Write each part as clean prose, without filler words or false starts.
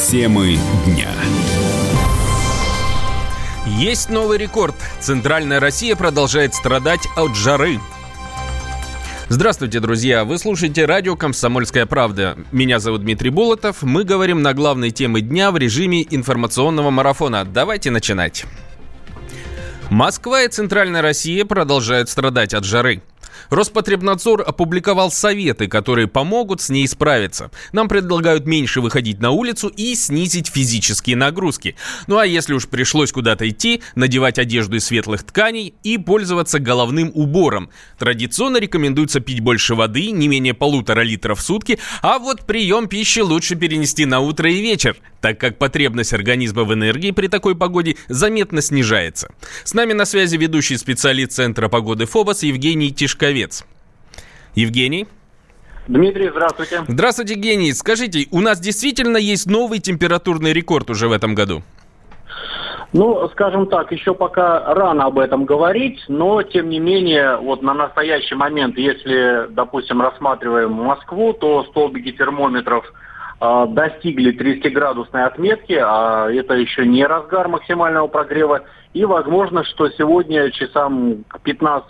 Темы дня. Есть новый рекорд. Центральная Россия продолжает страдать от жары. Здравствуйте, друзья! Вы слушаете радио «Комсомольская правда». Меня зовут Дмитрий Болотов. Мы говорим на главные темы дня в режиме информационного марафона. Давайте начинать. Москва и Центральная Россия продолжают страдать от жары. Роспотребнадзор опубликовал советы, которые помогут с ней справиться. Нам предлагают меньше выходить на улицу и снизить физические нагрузки. Ну а если уж пришлось куда-то идти, надевать одежду из светлых тканей и пользоваться головным убором. Традиционно рекомендуется пить больше воды, не менее 1,5 литра в сутки, а вот прием пищи лучше перенести на утро и вечер, так как потребность организма в энергии при такой погоде заметно снижается. С нами на связи ведущий специалист Центра погоды ФОБОС Евгений Тишковец. Евгений? Дмитрий, здравствуйте. Здравствуйте, Евгений. Скажите, у нас действительно есть новый температурный рекорд уже в этом году? Ну, скажем так, еще пока рано об этом говорить, но, тем не менее, вот на настоящий момент, если, допустим, рассматриваем Москву, то столбики термометров достигли 30-градусной отметки, а это еще не разгар максимального прогрева. И возможно, что сегодня часам к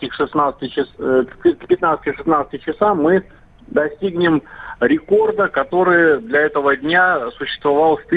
15-16 часам мы достигнем рекорда, который для этого дня существовал с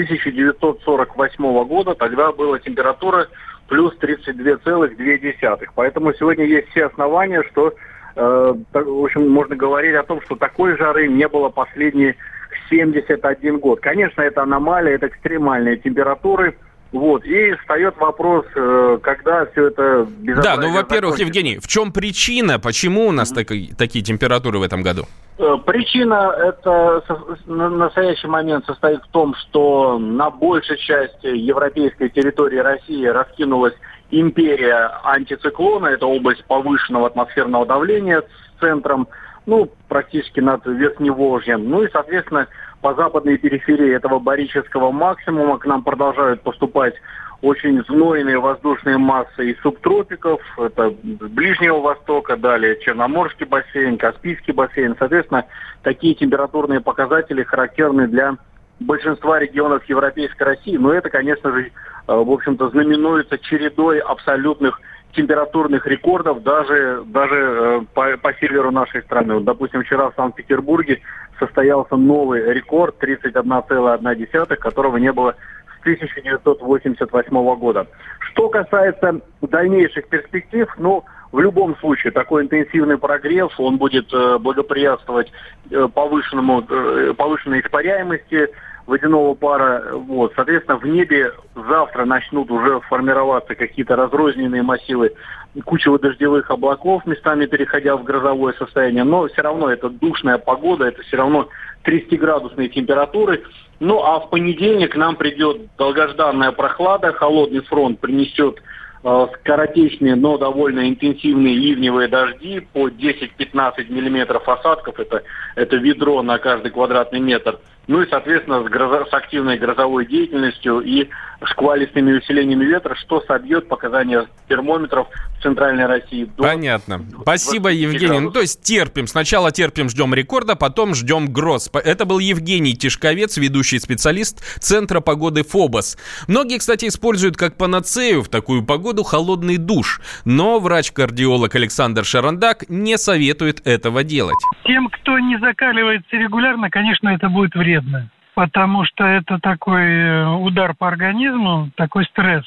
1948 года. Тогда была температура плюс 32,2. Поэтому сегодня есть все основания, что, в общем, можно говорить о том, что такой жары не было последние 71 год. Конечно, это аномалия, это экстремальные температуры. Вот. И встает вопрос, когда все это безобразие. Да, ну, во-первых, Евгений, в чем причина, почему у нас такие температуры в этом году? Причина это на настоящий момент состоит в том, что на большей части европейской территории России раскинулась империя антициклона. Это область повышенного атмосферного давления с центром, практически над Верхневолжьем. Ну и, соответственно, по западной периферии этого барического максимума к нам продолжают поступать очень знойные воздушные массы из субтропиков, это с Ближнего Востока, далее Черноморский бассейн, Каспийский бассейн. Соответственно, такие температурные показатели характерны для большинства регионов Европейской России. Но это, конечно же, в общем-то, знаменуется чередой абсолютных температурных рекордов даже по северу нашей страны. Вот, допустим, вчера в Санкт-Петербурге состоялся новый рекорд 31,1, которого не было с 1988 года. Что касается дальнейших перспектив, в любом случае такой интенсивный прогрев, он будет благоприятствовать повышенной испаряемости водяного пара. Вот. Соответственно, в небе завтра начнут уже формироваться какие-то разрозненные массивы кучево-дождевых облаков, местами переходя в грозовое состояние. Но все равно это душная погода, это все равно 30-градусные температуры. Ну а в понедельник к нам придет долгожданная прохлада, холодный фронт принесет скоротечные, но довольно интенсивные ливневые дожди по 10-15 миллиметров осадков. Это ведро на каждый квадратный метр. Ну и, соответственно, с активной грозовой деятельностью и шквалистыми усилениями ветра, что собьет показания термометров в Центральной России. Понятно. Спасибо, Евгений. То есть терпим. Сначала терпим, ждем рекорда, потом ждем гроз. Это был Евгений Тишковец, ведущий специалист Центра погоды ФОБОС. Многие, кстати, используют как панацею в такую погоду холодный душ. Но врач-кардиолог Александр Шарандак не советует этого делать. Тем, кто не закаливается регулярно, конечно, это будет вредно. Потому что это такой удар по организму, такой стресс.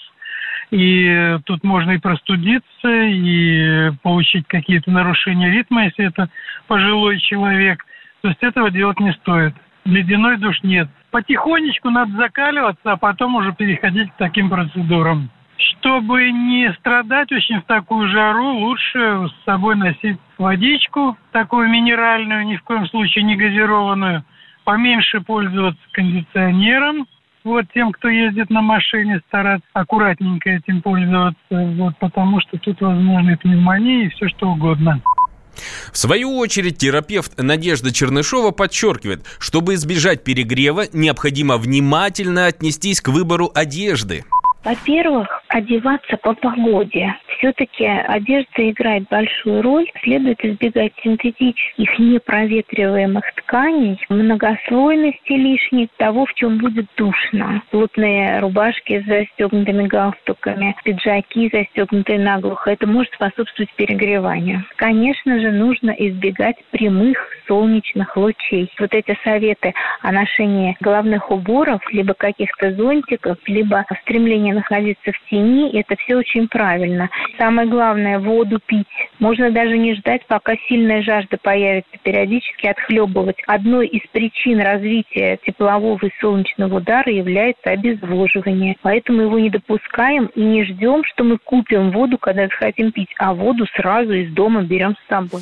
И тут можно и простудиться, и получить какие-то нарушения ритма, если это пожилой человек. То есть этого делать не стоит. Ледяной душ нет. Потихонечку надо закаливаться, а потом уже переходить к таким процедурам. Чтобы не страдать очень в такую жару, лучше с собой носить водичку, такую минеральную, ни в коем случае не газированную. Поменьше пользоваться кондиционером. Вот тем, кто ездит на машине, стараться аккуратненько этим пользоваться. Вот, потому что тут возможны пневмонии и все что угодно. В свою очередь, терапевт Надежда Чернышова подчеркивает, чтобы избежать перегрева, необходимо внимательно отнестись к выбору одежды. Во-первых, одеваться по погоде. Все-таки одежда играет большую роль. Следует избегать синтетических непроветриваемых тканей, многослойности лишней, того, в чем будет душно. Плотные рубашки с застегнутыми галстуками, пиджаки, застегнутые наглухо. Это может способствовать перегреванию. Конечно же, нужно избегать прямых солнечных лучей. Вот эти советы о ношении головных уборов, либо каких-то зонтиков, либо стремление находиться в тени, это все очень правильно. Самое главное – воду пить. Можно даже не ждать, пока сильная жажда появится, периодически отхлебывать. Одной из причин развития теплового и солнечного удара является обезвоживание. Поэтому его не допускаем и не ждем, что мы купим воду, когда захотим пить, а воду сразу из дома берем с собой.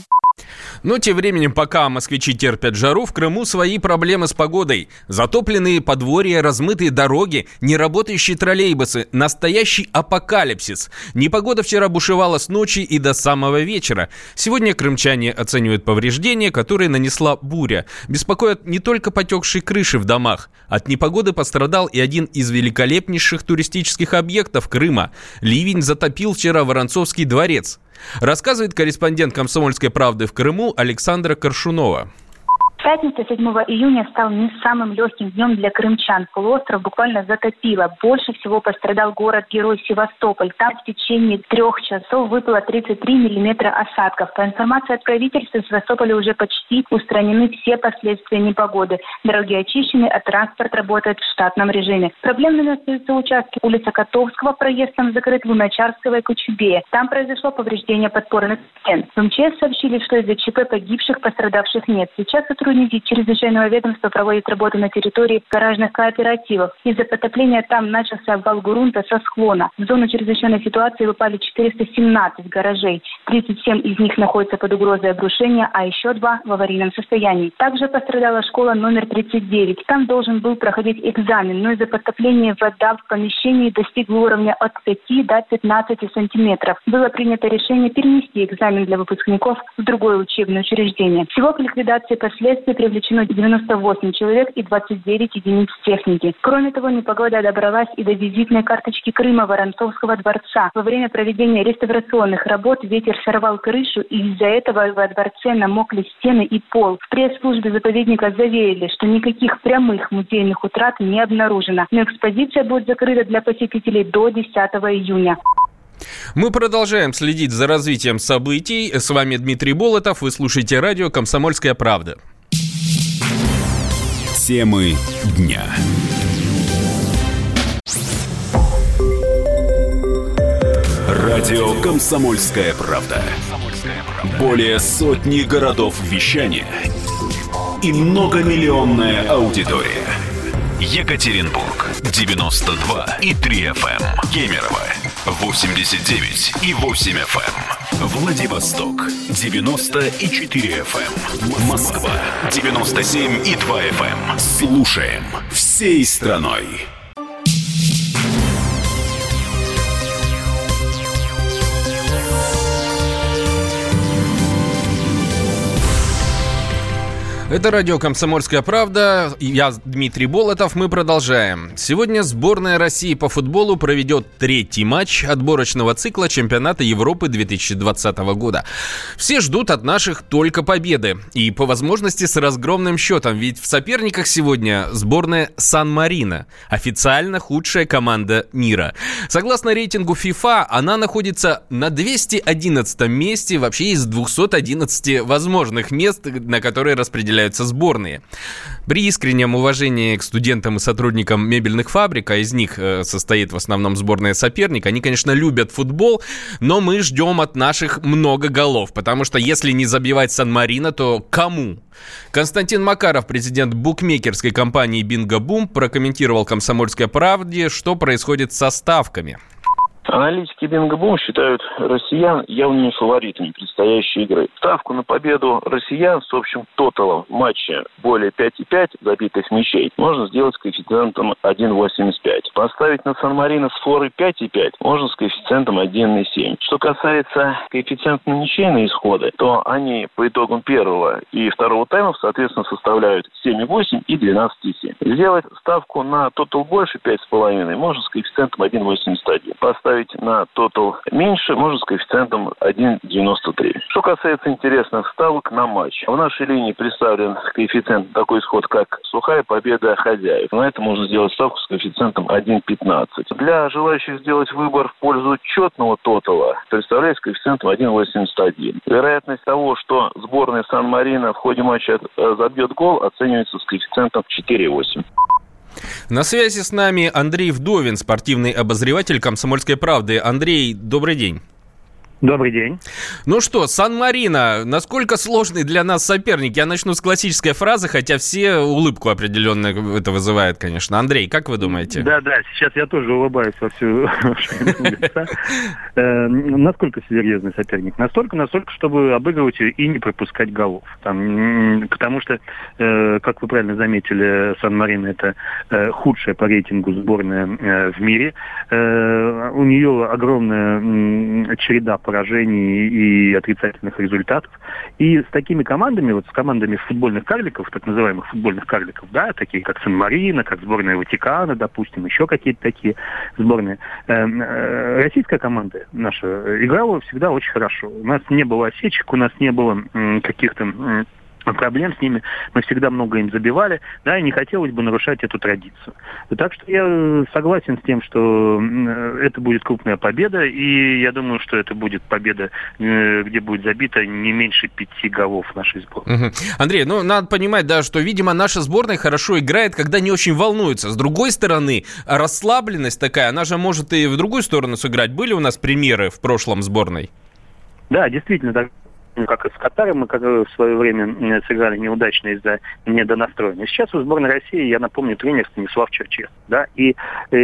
Но тем временем, пока москвичи терпят жару, в Крыму свои проблемы с погодой. Затопленные подворья, размытые дороги, неработающие троллейбусы. Настоящий апокалипсис. Непогода вчера бушевала с ночи и до самого вечера. Сегодня крымчане оценивают повреждения, которые нанесла буря. Беспокоят не только потекшие крыши в домах. От непогоды пострадал и один из великолепнейших туристических объектов Крыма. Ливень затопил вчера Воронцовский дворец. Рассказывает корреспондент «Комсомольской правды» в Крыму Александра Коршунова. Пятница 7 июня стал не самым легким днем для крымчан. Полуостров буквально затопило. Больше всего пострадал город-герой Севастополь. Там в течение 3 часов выпало 33 миллиметра осадков. По информации от правительства, в Севастополе уже почти устранены все последствия непогоды. Дороги очищены, а транспорт работает в штатном режиме. Проблемными остаются участки улица Котовского, проезд там закрыт, Луначарского и Кочубея. Там произошло повреждение подпорных стен. В МЧС сообщили, что из-за ЧП погибших, пострадавших нет. Сейчас сотрудники чрезвычайного ведомства проводят работу на территории гаражных кооперативов. Из-за потопления там начался обвал грунта со склона. В зону чрезвычайной ситуации выпали 417 гаражей. 37 из них находятся под угрозой обрушения, а еще 2 в аварийном состоянии. Также пострадала школа номер 39. Там должен был проходить экзамен, но из-за потопления вода в помещении достигла уровня от 5 до 15 сантиметров. Было принято решение перенести экзамен для выпускников в другое учебное учреждение. Всего к ликвидации последствий привлечено 98 человек и 29 единиц техники. Кроме того, непогода добралась и до визитной карточки Крыма Воронцовского дворца. Во время проведения реставрационных работ ветер сорвал крышу, и из-за этого во дворце намокли стены и пол. В пресс-службе заповедника заверили, что никаких прямых музейных утрат не обнаружено. Но экспозиция будет закрыта для посетителей до 10 июня. Мы продолжаем следить за развитием событий. С вами Дмитрий Болотов. Вы слушаете радио «Комсомольская правда». Темы дня. Радио «Комсомольская правда». Более сотни городов вещания и многомиллионная аудитория. Екатеринбург 92,3 FM, Кемерово 89,8 FM, Владивосток 90,4 FM, Москва 97,2 FM. Слушаем всей страной. Это радио «Комсомольская правда». Я Дмитрий Болотов. Мы продолжаем. Сегодня сборная России по футболу проведет 3-й матч отборочного цикла чемпионата Европы 2020 года. Все ждут от наших только победы. И по возможности с разгромным счетом. Ведь в соперниках сегодня сборная Сан-Марино. Официально худшая команда мира. Согласно рейтингу FIFA, она находится на 211 месте вообще из 211 возможных мест, на которые распределяются сборные. При искреннем уважении к студентам и сотрудникам мебельных фабрик, а из них состоит в основном сборная соперника, они, конечно, любят футбол, но мы ждем от наших много голов, потому что если не забивать Сан-Марино, то кому? Константин Макаров, президент букмекерской компании «Бинго Бум», прокомментировал «Комсомольской правде», что происходит со ставками. Аналитики Бинго-Бум считают россиян явными фаворитами предстоящей игры. Ставку на победу россиян с общим тоталом матча более 5,5 забитых мячей можно сделать с коэффициентом 1,85. Поставить на Сан-Марино с форой 5,5 можно с коэффициентом 1,7. Что касается коэффициента на ничейные исходы, то они по итогам первого и второго таймов, соответственно, составляют 7,8 и 12,7. Сделать ставку на тотал больше 5,5 можно с коэффициентом 1,81. Поставить на тотал меньше можно с коэффициентом 1,93. Что касается интересных ставок на матч. В нашей линии представлен коэффициент такой исход, как сухая победа хозяев. На это можно сделать ставку с коэффициентом 1,15. Для желающих сделать выбор в пользу четного тотала представляется коэффициентом 1,81. Вероятность того, что сборная Сан-Марино в ходе матча забьет гол, оценивается с коэффициентом 4,8. На связи с нами Андрей Вдовин, спортивный обозреватель «Комсомольской правды». Андрей, добрый день. Добрый день. Ну что, Сан-Марино, насколько сложный для нас соперник? Я начну с классической фразы, хотя все улыбку определенно это вызывает, конечно. Андрей, как вы думаете? Да, сейчас я тоже улыбаюсь во всю лица. Насколько серьезный соперник? Настолько, чтобы обыгрывать и не пропускать голов. Потому что, как вы правильно заметили, Сан-Марино это худшая по рейтингу сборная в мире. У нее огромная череда поражений и отрицательных результатов. И с такими командами, с командами футбольных карликов, так называемых футбольных карликов, да, такие как Сан-Марино, как сборная Ватикана, допустим, еще какие-то такие сборные. Российская команда наша играла всегда очень хорошо. У нас не было осечек, у нас не было каких-то проблем с ними, мы всегда много им забивали, да, и не хотелось бы нарушать эту традицию. Так что я согласен с тем, что это будет крупная победа, и я думаю, что это будет победа, где будет забито не меньше 5 голов нашей сборной. Андрей, надо понимать, да, что, видимо, наша сборная хорошо играет, когда не очень волнуется. С другой стороны, расслабленность такая, она же может и в другую сторону сыграть. Были у нас примеры в прошлом сборной? Да, действительно, так. Как и с Катаром, мы в свое время сыграли неудачно из-за недонастроения. Сейчас у сборной России, я напомню, тренер Станислав Черчесов. Да? И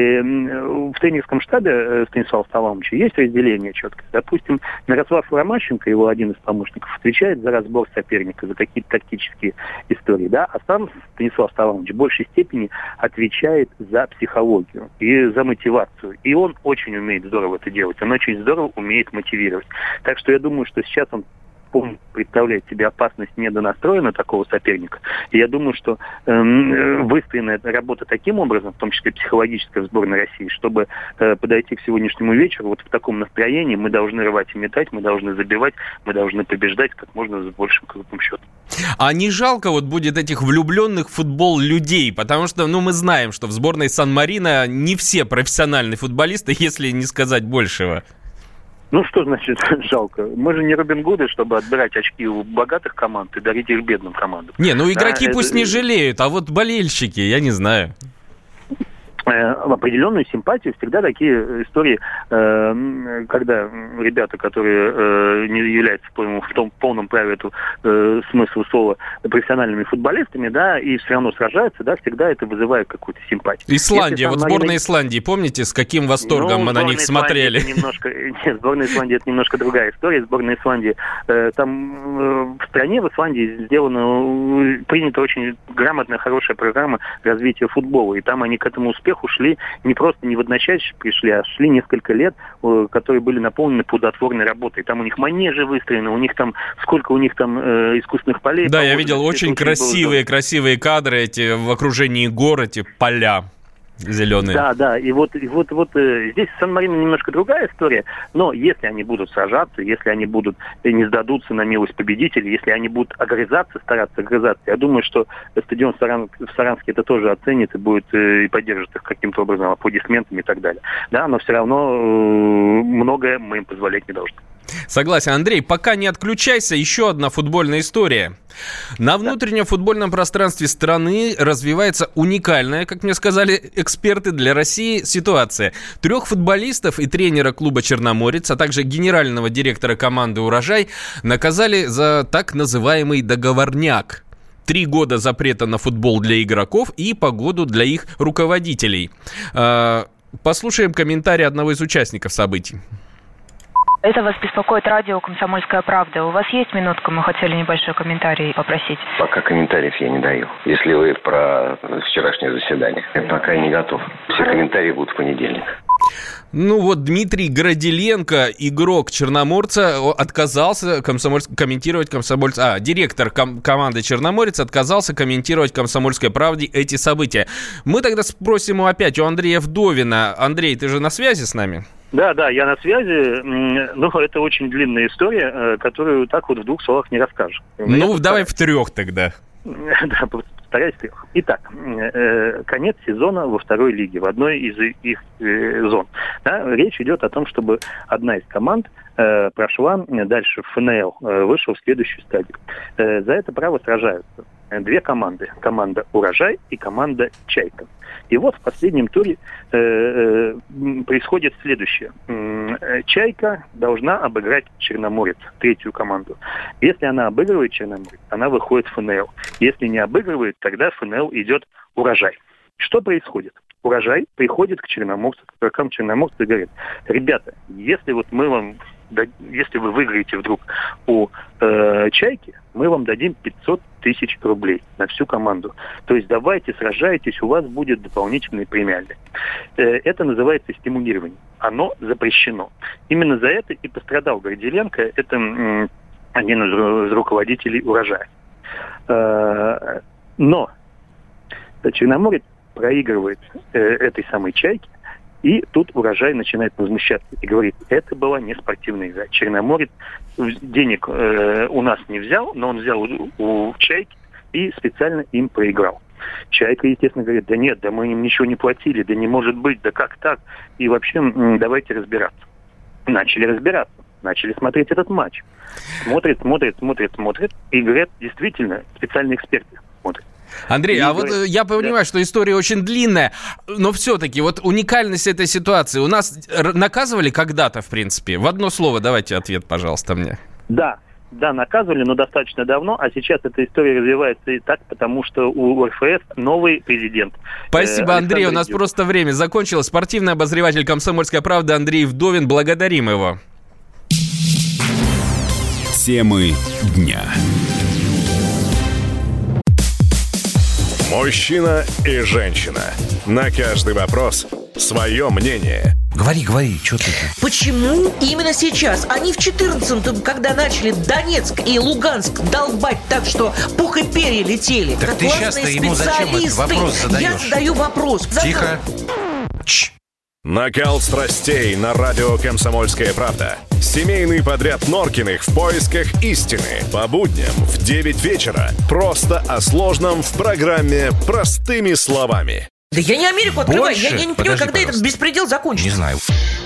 в тренерском штабе Станислава Сталловича есть разделение четкое. Допустим, Мирослав Ромащенко, его один из помощников, отвечает за разбор соперника, за какие-то тактические истории. Да? А сам Станислав Сталлович в большей степени отвечает за психологию и за мотивацию. И он очень умеет здорово это делать. Он очень здорово умеет мотивировать. Так что я думаю, что сейчас он представляет себе опасность недонастроена такого соперника. И я думаю, что выстроена эта работа таким образом, в том числе психологическая в сборной России, чтобы подойти к сегодняшнему вечеру вот в таком настроении. Мы должны рвать и метать, мы должны забивать, мы должны побеждать как можно с большим крупным счетом. А не жалко будет этих влюбленных в футбол людей? Потому что, мы знаем, что в сборной Сан-Марино не все профессиональные футболисты, если не сказать большего. Что значит жалко? Мы же не Робин Гуды, чтобы отбирать очки у богатых команд и дарить их бедным командам. Игроки пусть не жалеют, а вот болельщики, я не знаю. Определенную симпатию всегда такие истории, когда ребята, которые не являются в том полном праве эту смысл слова профессиональными футболистами, да, и все равно сражаются, да, всегда это вызывает какую-то симпатию. Исландия, сборная Исландии, помните, с каким восторгом мы на них смотрели? Сборная Исландии это немножко другая история. Сборная Исландии, там в стране, в Исландии принята очень грамотная, хорошая программа развития футбола, и там они к этому успеху шли не просто не в одночасье пришли, а шли несколько лет, которые были наполнены плодотворной работой. Там у них манежи выстроены, у них там сколько у них там искусственных полей. Да, я видел очень красивые кадры эти в окружении гор, эти поля зеленые. Да, и вот здесь Сан-Марино немножко другая история, но если они будут сражаться, если они будут не сдадутся на милость победителей, если они будут стараться огрызаться, я думаю, что стадион в Саранске это тоже оценит и будет и поддержит их каким-то образом аплодисментами и так далее. Да, но все равно многое мы им позволять не должны. Согласен, Андрей, пока не отключайся, еще одна футбольная история. На внутреннем футбольном пространстве страны развивается уникальная, как мне сказали эксперты, для России ситуация. 3 футболистов и тренера клуба «Черноморец», а также генерального директора команды «Урожай» наказали за так называемый договорняк. 3 года запрета на футбол для игроков и по году для их руководителей. Послушаем комментарий одного из участников событий. Это вас беспокоит радио «Комсомольская правда». У вас есть минутка? Мы хотели небольшой комментарий попросить. Пока комментариев я не даю. Если вы про вчерашнее заседание, я пока не готов. Все комментарии будут в понедельник. Ну вот Дмитрий Градиленко, игрок Черноморца, отказался комментировать директор команды Черноморец отказался комментировать «Комсомольской правде» эти события. Мы тогда спросим опять у Андрея Вдовина. Андрей, ты же на связи с нами? Да, я на связи. Но это очень длинная история, которую так вот в 2 словах не расскажешь. Давай в 3 тогда. Да, постараюсь в 3. Итак, конец сезона во 2-й лиге, в одной из их зон. Да, речь идет о том, чтобы одна из команд прошла дальше в ФНЛ, вышла в следующую стадию. За это право сражаются 2 команды. Команда «Урожай» и команда «Чайка». И вот в последнем туре происходит следующее. «Чайка» должна обыграть «Черноморец», 3-ю команду. Если она обыгрывает «Черноморец», она выходит в ФНЛ. Если не обыгрывает, тогда в ФНЛ идет «Урожай». Что происходит? «Урожай» приходит к Черноморцу, к игрокам Черноморца и говорит: ребята, если вы выиграете вдруг у «Чайки», мы вам дадим 500 тысяч рублей на всю команду. То есть давайте, сражайтесь, у вас будет дополнительные премиальные. Это называется стимулирование. Оно запрещено. Именно за это и пострадал Градиленко. Это один из руководителей «Урожая». Но Черноморец проигрывает этой самой «Чайке», и тут «Урожай» начинает возмущаться и говорит: это была не спортивная игра. Черноморец денег у нас не взял, но он взял у «Чайки» и специально им проиграл. «Чайка», естественно, говорит: да нет, да мы им ничего не платили, да не может быть, да как так? И вообще давайте разбираться. Начали разбираться, начали смотреть этот матч. Смотрят, и говорят, действительно, специальные эксперты смотрят. Андрей, я понимаю, что история очень длинная, но все-таки вот уникальность этой ситуации. У нас наказывали когда-то, в принципе? В одно слово давайте ответ, пожалуйста, мне. Да, наказывали, но достаточно давно, а сейчас эта история развивается и так, потому что у РФС новый президент. Спасибо, Андрей, у нас просто время закончилось. Спортивный обозреватель «Комсомольской правды» Андрей Вдовин, благодарим его. Темы дня. Мужчина и женщина. На каждый вопрос свое мнение. Говори, что ты? Почему именно сейчас? Они в 14-м, когда начали Донецк и Луганск долбать так, что пух и перья летели. Так ты сейчас-то ему зачем этот вопрос задаешь? Я задаю вопрос. Тихо. Накал страстей на радио «Комсомольская правда». Семейный подряд Норкиных в поисках истины. По будням в 9 вечера. Просто о сложном в программе «Простыми словами». Да я не Америку открываю. Я не понимаю, когда этот беспредел закончится. Не знаю.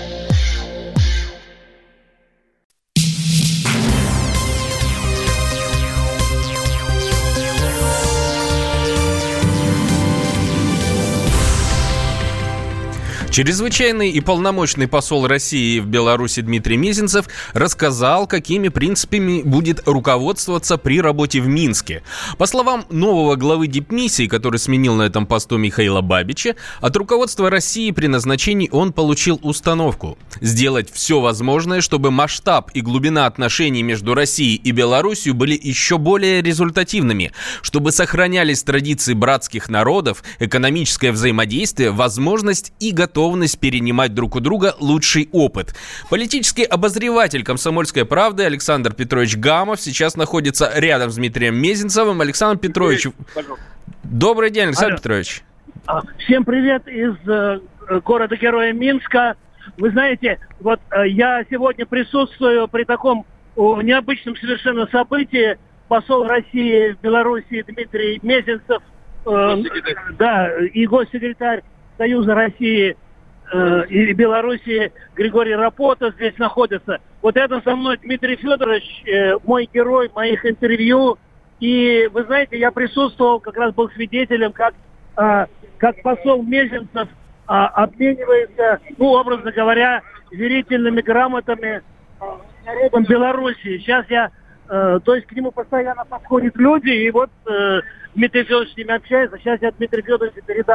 Чрезвычайный и полномочный посол России в Беларуси Дмитрий Мезенцев рассказал, какими принципами будет руководствоваться при работе в Минске. По словам нового главы дипмиссии, который сменил на этом посту Михаила Бабича, от руководства России при назначении он получил установку сделать все возможное, чтобы масштаб и глубина отношений между Россией и Беларусью были еще более результативными, чтобы сохранялись традиции братских народов, экономическое взаимодействие, возможность и готовность перенимать друг у друга лучший опыт. Политический обозреватель «Комсомольской правды» Александр Петрович Гамов сейчас находится рядом с Дмитрием Мезенцевым. Александр Петрович, добрый день, Александр Петрович. Всем привет из города-героя Минска. Вы знаете, вот я сегодня присутствую при таком необычном совершенно событии. Посол России в Беларуси Дмитрий Мезенцев, и госсекретарь Союза России и Белоруссии Григорий Рапота здесь находятся. Вот рядом со мной Дмитрий Федорович, мой герой моих интервью. И вы знаете, я присутствовал, как раз был свидетелем, как посол Мезенцев обменивается, образно говоря, верительными грамотами с народом Белоруссии. Сейчас то есть к нему постоянно подходят люди, и вот Дмитрий Федорович с ними общается. Сейчас я Дмитрию Федоровичу передам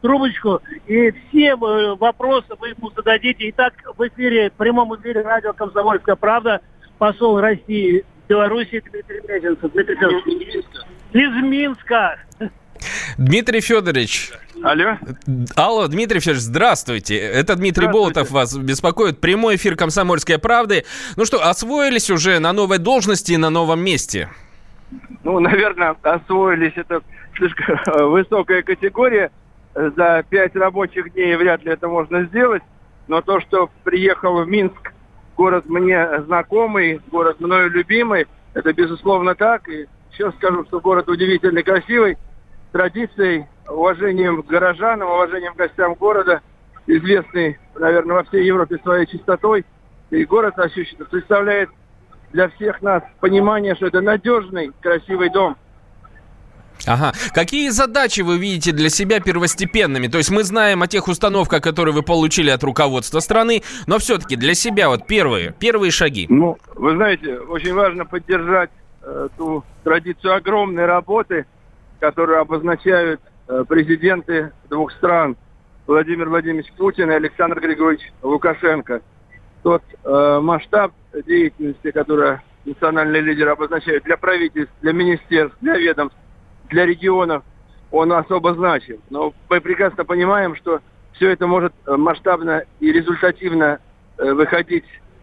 трубочку, и все вопросы вы ему зададите. Итак, в прямом эфире радио «Комсомольская правда», посол России в Беларуси Дмитрий Мезенцев. Дмитрий Федорович. Из Минска. Дмитрий Федорович. Алло, Дмитрий Федорович, здравствуйте. Это Дмитрий Болотов вас беспокоит. Прямой эфир «Комсомольской правды». Ну что, освоились уже на новой должности и на новом месте? Ну, наверное, освоились. Это слишком высокая категория. За 5 рабочих дней вряд ли это можно сделать. Но то, что приехал в Минск, город мне знакомый, город мною любимый, это безусловно так. И еще скажу, что город удивительно красивый. Традицией, уважением к горожанам, уважением к гостям города, известный, наверное, во всей Европе своей чистотой. И город представляет для всех нас понимание, что это надежный, красивый дом. Ага. Какие задачи вы видите для себя первостепенными? То есть мы знаем о тех установках, которые вы получили от руководства страны, но все-таки для себя вот первые шаги. Ну, вы знаете, очень важно поддержать ту традицию огромной работы, которую обозначают президенты двух стран, Владимир Владимирович Путин и Александр Григорьевич Лукашенко. Тот масштаб деятельности, который национальные лидеры обозначают для правительств, для министерств, для ведомств, для регионов, он особо значим. Но мы прекрасно понимаем, что все это может масштабно и результативно выходить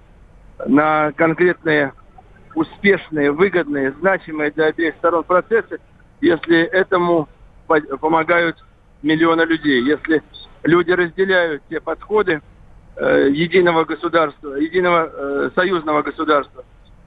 на конкретные, успешные, выгодные, значимые для обеих сторон процессы, если этому помогают миллионы людей, если люди разделяют те подходы единого государства, единого союзного государства.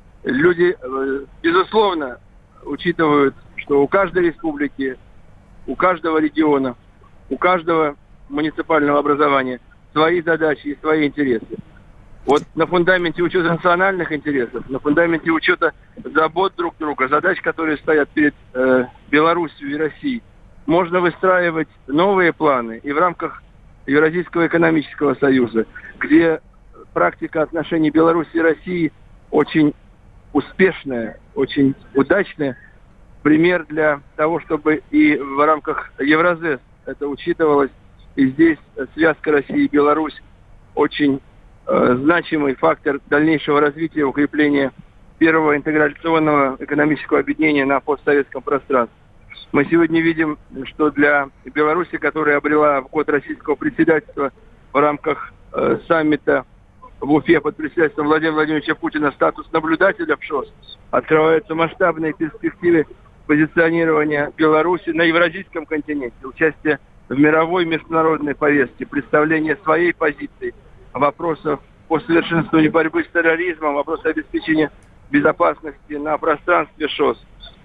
Люди, безусловно, учитывают, что у каждой республики, у каждого региона, у каждого муниципального образования свои задачи и свои интересы. Вот на фундаменте учета национальных интересов, на фундаменте учета забот друг друга, задач, которые стоят перед Белоруссией и Россией, можно выстраивать новые планы и в рамках Евразийского экономического союза, где практика отношений Беларуси и России очень успешная, очень удачная. Пример для того, чтобы и в рамках Евразес это учитывалось. И здесь связка России и Беларусь очень значимый фактор дальнейшего развития и укрепления первого интеграционного экономического объединения на постсоветском пространстве. Мы сегодня видим, что для Беларуси, которая обрела в год российского председательства в рамках саммита в Уфе под председательством Владимира Владимировича Путина статус наблюдателя в ШОС, открываются масштабные перспективы позиционирования Беларуси на евразийском континенте, участие в мировой международной повестке, представление своей позиции, вопросов по совершенствованию борьбы с терроризмом, вопросы обеспечения безопасности на пространстве ШОС.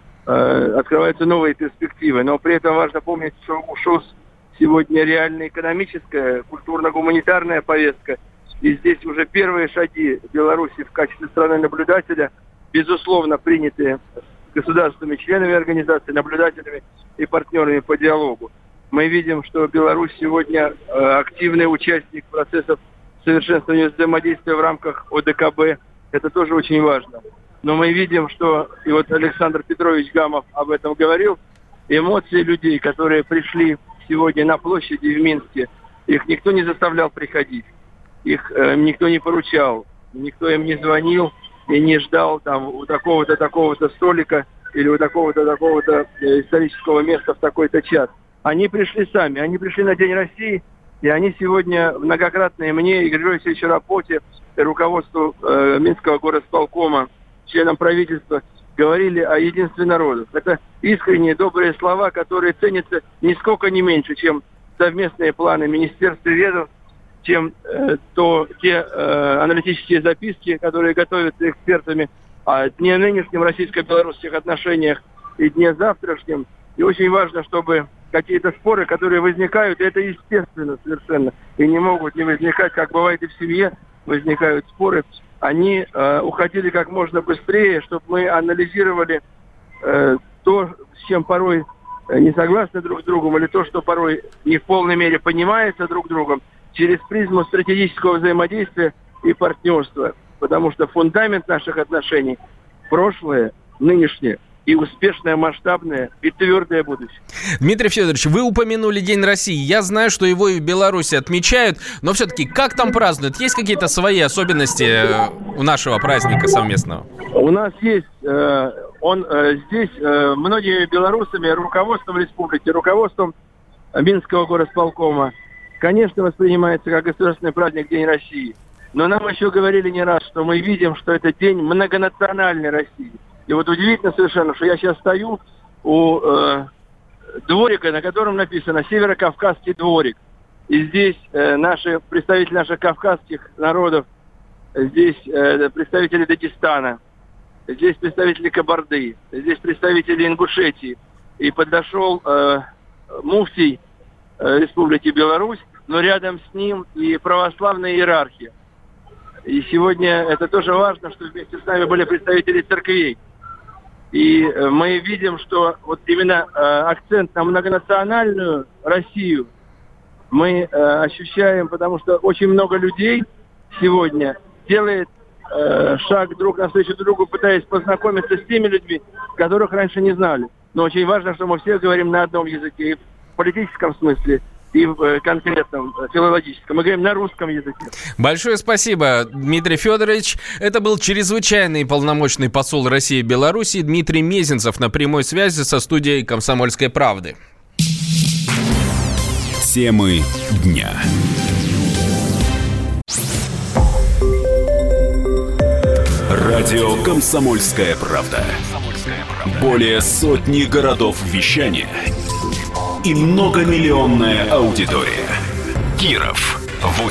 Открываются новые перспективы. Но при этом важно помнить, что у ШОС сегодня реально экономическая, культурно-гуманитарная повестка. И здесь уже первые шаги Беларуси в качестве страны-наблюдателя, безусловно, приняты государствами, членами организации, наблюдателями и партнерами по диалогу. Мы видим, что Беларусь сегодня активный участник процессов совершенствования взаимодействия в рамках ОДКБ. Это тоже очень важно. Но мы видим, что, и вот Александр Петрович Гамов об этом говорил, эмоции людей, которые пришли сегодня на площади в Минске, их никто не заставлял приходить, их никто не поручал, никто им не звонил и не ждал там у такого-то, такого-то столика или у такого-то, такого-то исторического места в такой-то час. Они пришли сами, они пришли на День России, и они сегодня многократно и мне, и Григорию Алексеевичу Рапоте, и руководству Минского горосполкома, членам правительства, говорили о единстве народов. Это искренние, добрые слова, которые ценятся нисколько не меньше, чем совместные планы министерств и ведомств, чем те аналитические записки, которые готовятся экспертами о дне нынешнем российско-белорусских отношениях и дне завтрашнем. И очень важно, чтобы какие-то споры, которые возникают, и это естественно совершенно, и не могут не возникать, как бывает и в семье, возникают споры, они уходили как можно быстрее, чтобы мы анализировали то, с чем порой не согласны друг с другом, или то, что порой не в полной мере понимается друг другом, через призму стратегического взаимодействия и партнерства. Потому что фундамент наших отношений, прошлое, нынешнее и успешное, масштабное и твердое будущее. Дмитрий Федорович, вы упомянули День России. Я знаю, что его и в Беларуси отмечают, но все-таки как там празднуют? Есть какие-то свои особенности у нашего праздника совместного? У нас есть, здесь многими белорусами, руководством республики, руководством Минского горосполкома, конечно, воспринимается как государственный праздник День России. Но нам еще говорили не раз, что мы видим, что это день многонациональной России. И вот удивительно совершенно, что я сейчас стою у дворика, на котором написано «Северокавказский дворик». И здесь представители наших кавказских народов, здесь представители Дагестана, здесь представители Кабарды, здесь представители Ингушетии. И подошел муфтий Республики Беларусь, но рядом с ним и православная иерархия. И сегодня это тоже важно, что вместе с нами были представители церквей. И мы видим, что вот именно акцент на многонациональную Россию мы ощущаем, потому что очень много людей сегодня делает шаг друг навстречу другу, пытаясь познакомиться с теми людьми, которых раньше не знали. Но очень важно, что мы все говорим на одном языке, и в политическом смысле, и в конкретном филологическом. Мы говорим на русском языке. Большое спасибо, Дмитрий Федорович. Это был чрезвычайный полномочный посол России в Беларуси Дмитрий Мезенцев на прямой связи со студией «Комсомольской правды». Темы дня. Радио «Комсомольская правда». Более сотни городов вещания и многомиллионная аудитория. Киров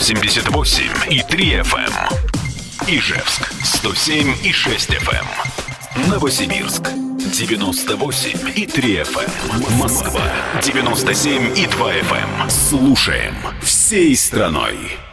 88,3 FM. Ижевск 107,6 FM. Новосибирск 98,3 FM. Москва 97,2 FM. Слушаем всей страной.